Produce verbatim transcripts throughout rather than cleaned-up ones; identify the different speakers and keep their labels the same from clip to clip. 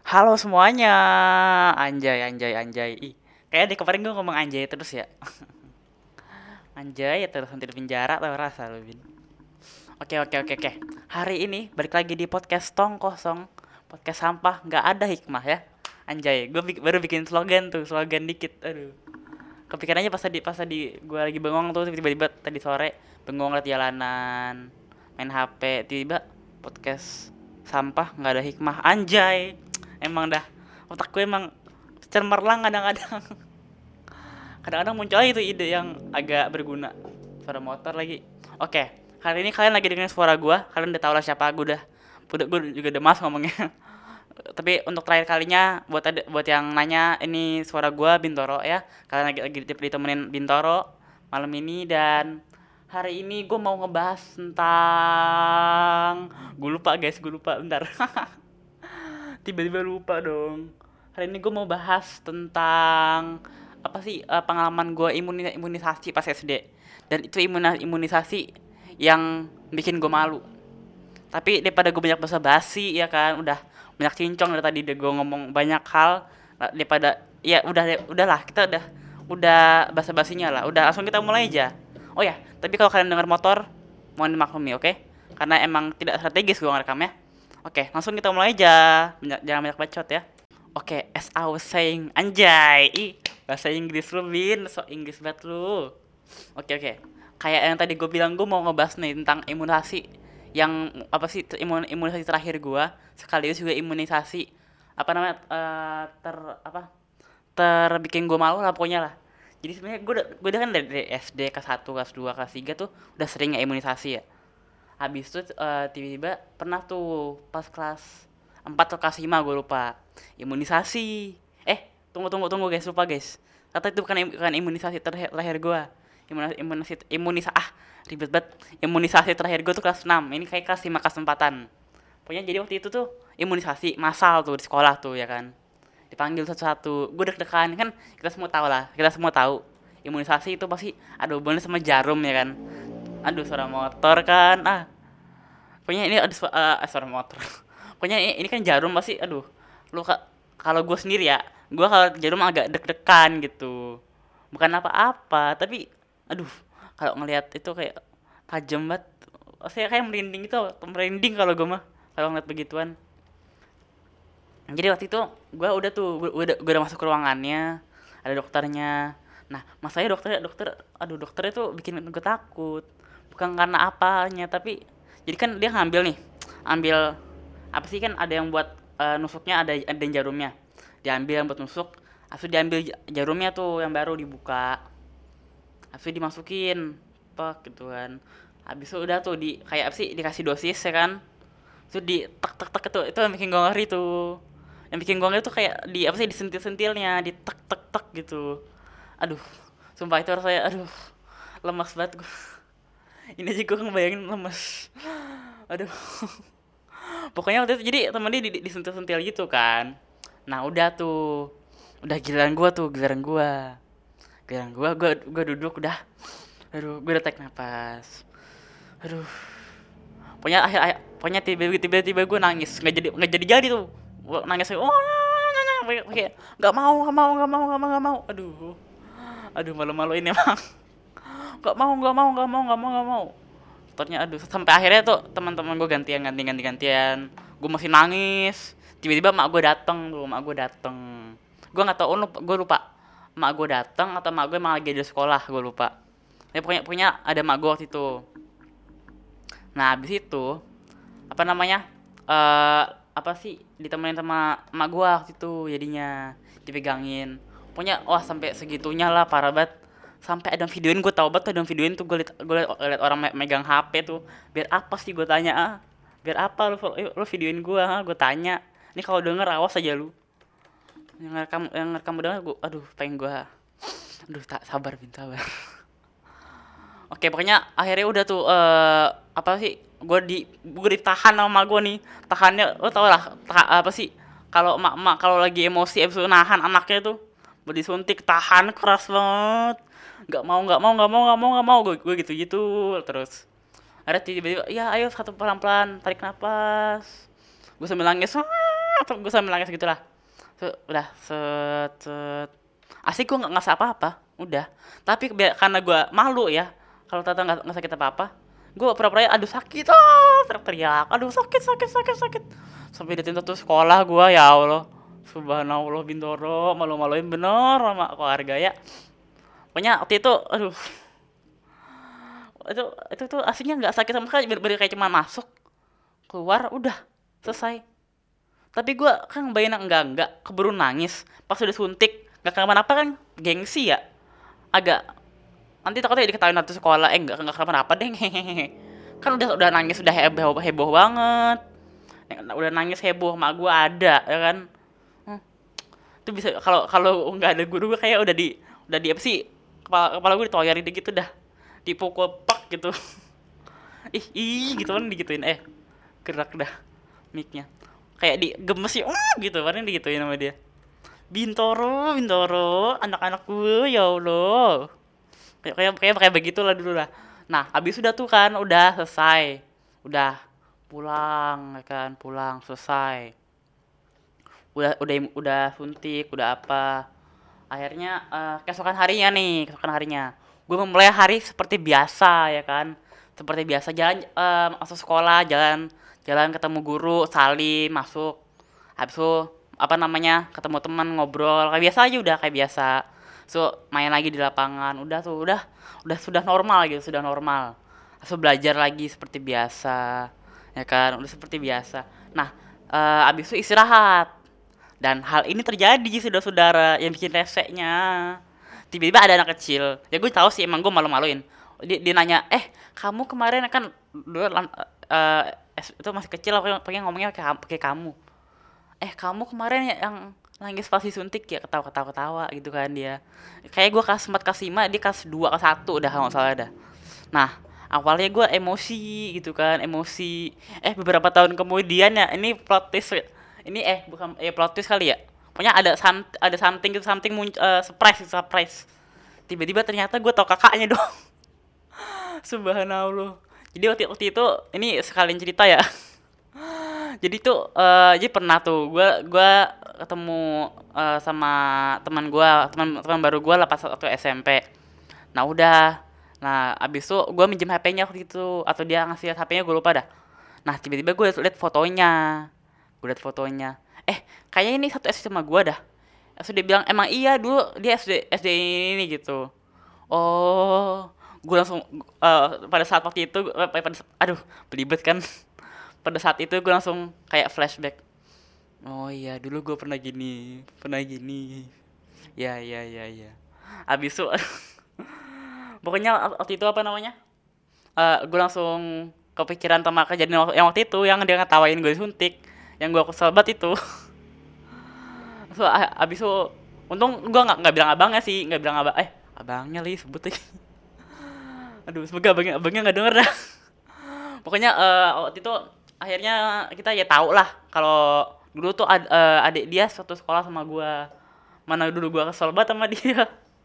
Speaker 1: Halo semuanya, anjay anjay anjay. Ih, kayak di kemarin gue ngomong anjay terus ya. Anjay ya terus nanti di penjara tau rasa lu Bin. Oke oke oke oke. Hari ini balik lagi di podcast tong kosong, podcast sampah nggak ada hikmah ya. Anjay, gue baru bikin slogan tuh, slogan dikit. Aduh. Kepikirannya pas tadi pas tadi gue lagi bengong tuh tiba-tiba tadi sore bengong liat jalanan, main H P, tiba-tiba podcast sampah nggak ada hikmah. Anjay. Emang dah otak gue emang cemerlang kadang-kadang. Kadang-kadang muncul aja itu ide yang agak berguna. Suara motor lagi. Oke, hari ini kalian lagi dengerin suara gue. Kalian udah tau lah siapa gue udah. Udah gue juga udah mas ngomongnya. Tapi untuk terakhir kalinya buat ada, buat yang nanya ini suara gue Bintoro ya. Kalian lagi lagi ditemenin Bintoro malam ini dan hari ini gue mau ngebahas tentang gue lupa guys, gue lupa bentar. Tiba-tiba lupa dong. Hari ini gue mau bahas tentang apa sih eh, pengalaman gue imuni- imunisasi pas S D. Dan itu imuna- imunisasi yang bikin gue malu. Tapi daripada gue banyak basa-basi ya kan, udah banyak cincong dari tadi deh gue ngomong banyak hal eh, daripada ya udah deh, udahlah kita udah udah basa-basinya lah. Udah langsung kita mulai aja. Oh ya, tapi kalau kalian dengar motor mohon dimaklumi, oke? Karena emang tidak strategis gue ngerekamnya. Oke, langsung kita mulai aja. Banyak- Jangan banyak bacot ya. Oke, as I was saying, anjay. Ih, bahasa Inggris lu, Bin. So Inggris banget lu. Oke, oke. Kayak yang tadi gue bilang, gue mau ngebahas nih tentang imunisasi. Yang, apa sih, ter- imun, imunisasi terakhir gue. Sekaligus juga imunisasi. Apa namanya, eh, ter, apa, terbikin gue malu lah pokoknya lah. Jadi sebenarnya gue udah, gue udah kan dari S D kelas satu, kelas dua, kelas tiga tuh udah sering ya imunisasi ya. Habis itu eh, tiba-tiba pernah tuh pas kelas empat atau kelas lima gue lupa. Imunisasi. Eh, tunggu tunggu tunggu guys, lupa guys. Kata itu bukan im- bukan imunisasi terakhir, terakhir gue. Imunisasi imunisasi imunisa ah, ribet banget. Imunisasi terakhir gue tuh kelas enam. Ini kayak kelas lima kelas empatan. Pokoknya jadi waktu itu tuh imunisasi massal tuh di sekolah tuh ya kan. Dipanggil satu-satu. Gue deg-degan kan kita semua tahu lah. Kita semua tahu imunisasi itu pasti ada hubungannya sama jarum ya kan. Aduh suara motor kan. Ah, pokoknya ini ada su- eh, suara motor. Pokoknya ini, ini kan jarum pasti aduh. Lu ka- kalau gue sendiri ya, gue kalau jarum agak deg-degan gitu. Bukan apa-apa, tapi aduh, kalau ngelihat itu kayak tajam banget. Saya kayak merinding gitu, merinding kalau gue mah kalau ngeliat begituan. Jadi waktu itu gue udah tuh gue udah gue udah masuk ke ruangannya, ada dokternya. Nah, masanya dokter dokter aduh dokternya tuh bikin gue takut. Bukan karena apanya, tapi jadi kan dia ngambil nih, ambil apa sih kan ada yang buat eh, nusuknya ada ada yang jarumnya. Diambil yang buat nusuk, habis itu diambil ja- jarumnya tuh yang baru dibuka. Habis itu dimasukin, pak gitu kan. Habis itu udah tuh di kayak apa sih dikasih dosis ya kan. Itu di tek tek tek itu itu yang bikin gue ngeri tuh, yang bikin gue ngeri tuh kayak di apa sih disentil sentilnya di tek tek tek gitu. Aduh, sumpah itu rasanya aduh lemas banget gue. Ini aja gue ngebayangin lemas. Aduh, pokoknya waktu itu jadi temen dia di- disentil sentil gitu kan. Nah udah tuh, udah giliran gue tuh giliran gue giliran gue gue gue duduk udah. Aduh, gue udah tarik nafas. Aduh, pokoknya akhir, akhir pokoknya tiba-tiba tiba gue nangis nggak jadi nggak jadi jadi tuh. Gua nangis kayak oh kayak nggak mau nggak mau nggak mau nggak mau nggak mau aduh aduh malu-malu ini emang. Nggak mau nggak mau nggak mau nggak mau nggak mau ternyata aduh sampai akhirnya tuh teman-teman gue gantian ganti ganti gantian. Gue masih nangis, tiba-tiba mak gue dateng tuh, mak gue dateng. Gue nggak tahu lupa, gue lupa mak gue dateng atau mak gue emang lagi di sekolah, gue lupa ya. Pokoknya pokoknya ada mak gue waktu itu. Nah habis itu apa namanya eh apa sih ditemenin sama emak gua waktu itu jadinya dipegangin. Pokoknya wah sampai segitunya lah parah banget. Sampai ada yang videoin, gue tau banget tuh ada yang videoin tuh, gue liat, gue liat, liat orang me- megang H P tuh. Biar apa sih gue tanya ah? Biar apa lu lu videoin gue ah? Gue tanya. Ini kalau denger awas aja lu. Yang rekam yang rekam denger gue aduh pengen gue aduh tak sabar bin sabar. Oke, pokoknya akhirnya udah tuh eh apa sih? Gue di gue ditahan sama gue nih. Tahannya lo tau lah taha- apa sih? Kalau emak-emak kalau lagi emosi abis itu nahan anaknya tuh buat disuntik tahan keras banget. Nggak mau nggak mau nggak mau nggak mau nggak mau gue gue gitu gitu terus. Ada tiba-tiba ya ayo satu pelan-pelan tarik nafas. Gue sambil nangis. gue sambil nangis gitulah. So, udah set set asik gue nggak ngerasa apa-apa udah, tapi biar- karena gue malu ya kalau ternyata nggak nggak sakit apa-apa, gue pura-pura aduh sakit, ah teriak-teriak aduh sakit sakit sakit sakit sampai datang tuh sekolah gue, ya Allah subhanallah bintoro, malu-maluin bener sama keluarga ya. Pokoknya waktu itu aduh, itu itu tuh aslinya nggak sakit sama sekali, bener-bener kayak cuma masuk keluar udah selesai. Tapi gue kan bayangin enggak enggak keburu nangis pas udah suntik, nggak kenapa-napa kan, gengsi ya, agak nanti takutnya diketahui nanti sekolah, eh enggak enggak kenapa-napa deh. Kan udah udah nangis udah heboh heboh banget. Udah nangis heboh mak gue ada ya kan. Hmm, itu bisa kalau kalau nggak ada guru gue kayak udah di udah di apa sih, kepala kepala gue ditoyorin gitu dah, dipukul pak gitu. Ih ih gitu kan digituin, eh gerak dah mic-nya kayak digemes ya, uh, gitu paling digituin sama dia. Bintoro Bintoro anak-anak gue ya Allah, kayak kayak kayak kayak begitulah dulu lah. Nah habis sudah tuh kan udah selesai, udah pulang ya kan, pulang selesai, udah udah udah suntik udah apa, akhirnya eh, keesokan harinya nih keesokan harinya gue memulai hari seperti biasa ya kan, seperti biasa jalan, eh, masuk sekolah, jalan jalan ketemu guru, salim masuk, habis itu apa namanya ketemu teman ngobrol kayak biasa aja, udah kayak biasa. So main lagi di lapangan, udah tuh udah udah sudah normal gitu, sudah normal. So belajar lagi seperti biasa ya kan, udah seperti biasa. Nah eh, abis itu istirahat, dan hal ini terjadi saudara-saudara yang bikin reseknya. Tiba-tiba ada anak kecil. Ya gue tahu sih emang gue malu-maluin. Dia, dia nanya, "Eh, kamu kemarin kan dulu eh, es- itu masih kecil, aku pengen ngomongnya pakai pakai kamu. Eh, kamu kemarin ya yang nangis pas disuntik ya, ketawa-ketawa-ketawa gitu kan dia." Kayak gue kelas empat kelas lima, dia kelas dua kelas satu udah kalau nggak salah dah. Nah, awalnya gue emosi gitu kan, emosi. Eh, beberapa tahun kemudian ya, ini plot twist. Ini eh bukan eh plot twist kali ya. Pokoknya ada some, ada something gitu, something muncul, uh, surprise, surprise. Tiba-tiba ternyata gue tau kakaknya dong. Subhanallah. Jadi waktu, waktu itu ini sekalian cerita ya. Jadi tuh eh jadi pernah tuh gua gua ketemu eh, sama teman gua, teman teman baru gua lah pas waktu S M P. Nah udah, nah abis itu gue minjem H P-nya waktu itu, atau dia ngasih H P-nya gue lupa dah. Nah tiba-tiba gue liat fotonya, gue liat fotonya, eh kayaknya ini satu S D sama gue dah. Terus dia bilang emang iya dulu dia S D S D ini gitu. Oh, gue langsung eh, pada saat waktu itu, eh, pada, aduh belibet kan. Pada saat itu gue langsung kayak flashback. Oh iya dulu gue pernah gini, pernah gini. Ya ya ya ya. Abis itu pokoknya waktu itu apa namanya, eh gue langsung kepikiran sama kejadian wak- yang waktu itu yang dia ngetawain gue suntik, yang gue kesel banget itu. So a- abis itu untung gue nggak nggak bilang abangnya sih, nggak bilang abang, eh abangnya li sebut lagi. Aduh semoga abangnya abangnya nggak denger dah. Pokoknya eh, waktu itu akhirnya kita ya tahu lah kalau dulu tuh ad- eh, adik dia satu sekolah sama gue, mana dulu gue kesel banget sama dia.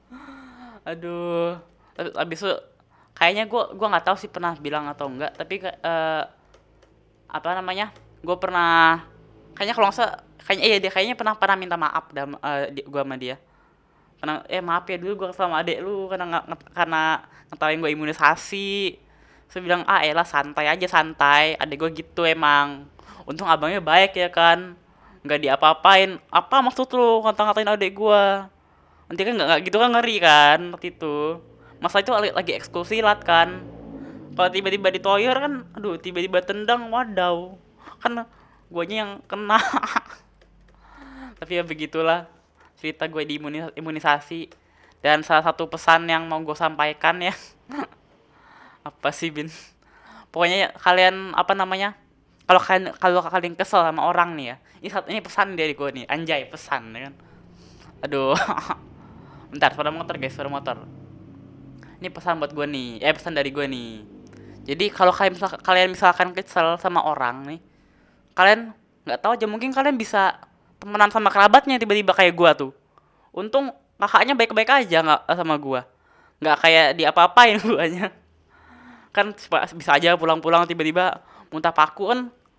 Speaker 1: Aduh, tapi abis itu kayaknya gue gua nggak tahu sih pernah bilang atau enggak, tapi ke- eh, apa namanya, gue pernah kayaknya kalau nggak salah, kayaknya iya dia kayaknya pernah pernah minta maaf dah, eh, di- gua sama dia. Karena eh maaf ya dulu gue sama adek lu karena nggak nget- karena ngetawain gue imunisasi. Saya bilang ah elah santai aja santai, adek gue gitu emang. Untung abangnya baik ya kan, nggak diapa-apain. Apa maksud lu ngata-ngatain adek gue? Nanti kan nggak nggak gitu kan, ngeri kan waktu itu. Masa itu lagi, lagi ekskul silat kan. Kalau tiba-tiba ditoyor kan, aduh tiba-tiba tendang, wadaw. Kan guanya yang kena. Tapi ya begitulah cerita gue di imunis- imunisasi. Dan salah satu pesan yang mau gue sampaikan ya, apa sih Bin? Pokoknya ya, kalian apa namanya? Kalau kalian kalau kalian kesel sama orang nih ya, ini satu ini pesan dari gue nih, anjay pesan ya kan. Aduh, bentar suara motor guys, suara motor. Ini pesan buat gue nih, eh pesan dari gue nih. Jadi kalau kalian misal, kalian misalkan kesel sama orang nih, kalian nggak tahu aja mungkin kalian bisa temenan sama kerabatnya tiba-tiba kayak gua tuh. Untung kakaknya baik-baik aja nggak sama gua, nggak kayak diapa-apain guanya. Kan bisa aja pulang-pulang tiba-tiba muntah paku kan,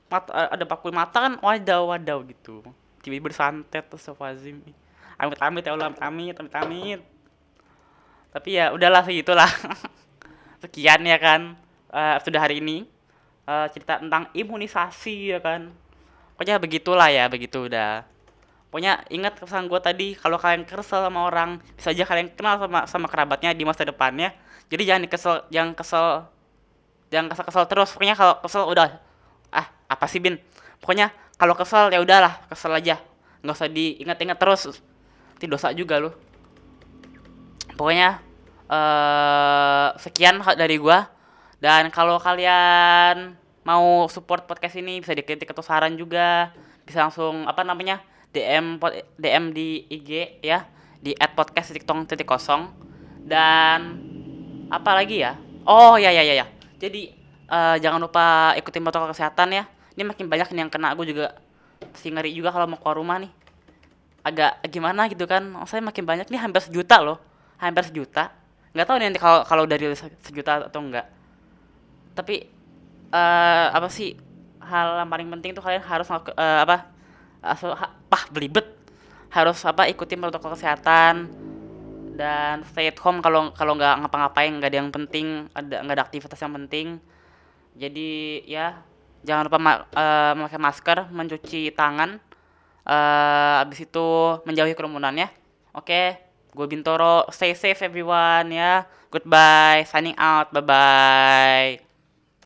Speaker 1: mata, ada paku mata kan, wadaw wadaw gitu, tiba-tiba bersantet tuh Astagfirullahaladzim, amit-amit ya Allah, amit amit amit. Tapi ya udahlah segitulah. Sekian ya kan, eh, sudah hari ini, eh, cerita tentang imunisasi ya kan. Pokoknya begitulah ya, begitu udah. Pokoknya ingat pesan gue tadi, kalau kalian kesel sama orang, bisa aja kalian kenal sama sama kerabatnya di masa depannya. Jadi jangan kesel, jangan kesel, jangan kesel kesel terus. Pokoknya kalau kesel udah, ah apa sih Bin? Pokoknya kalau kesel ya udahlah, kesel aja. Nggak usah diingat-ingat terus. Itu dosa juga loh. Pokoknya eh sekian dari gua. Dan kalau kalian mau support podcast ini bisa dikritik atau saran juga, bisa langsung apa namanya D M pod- D M di I G ya, di at podcast titik tong titik kosong. Dan apa lagi ya? Oh ya ya ya ya. Jadi eh, jangan lupa ikutin protokol kesehatan ya. Ini makin banyak nih yang kena, gue juga pasti ngeri juga kalau mau keluar rumah nih. Agak gimana gitu kan? Oh, saya makin banyak nih, hampir sejuta loh, hampir sejuta. Nggak tahu nih nanti kalau kalau dari sejuta atau enggak. Tapi eh apa sih, hal yang paling penting tuh kalian harus ngelaku- eh, apa aso, ha, pah belibet, harus apa ikutin protokol kesehatan dan stay at home kalau kalau nggak ngapa-ngapain, nggak ada yang penting, ada nggak ada aktivitas yang penting. Jadi ya jangan lupa ma- eh, memakai masker, mencuci tangan, eh habis itu menjauhi kerumunan ya. Oke, gue Bintoro, stay safe everyone ya. Goodbye, signing out, bye bye.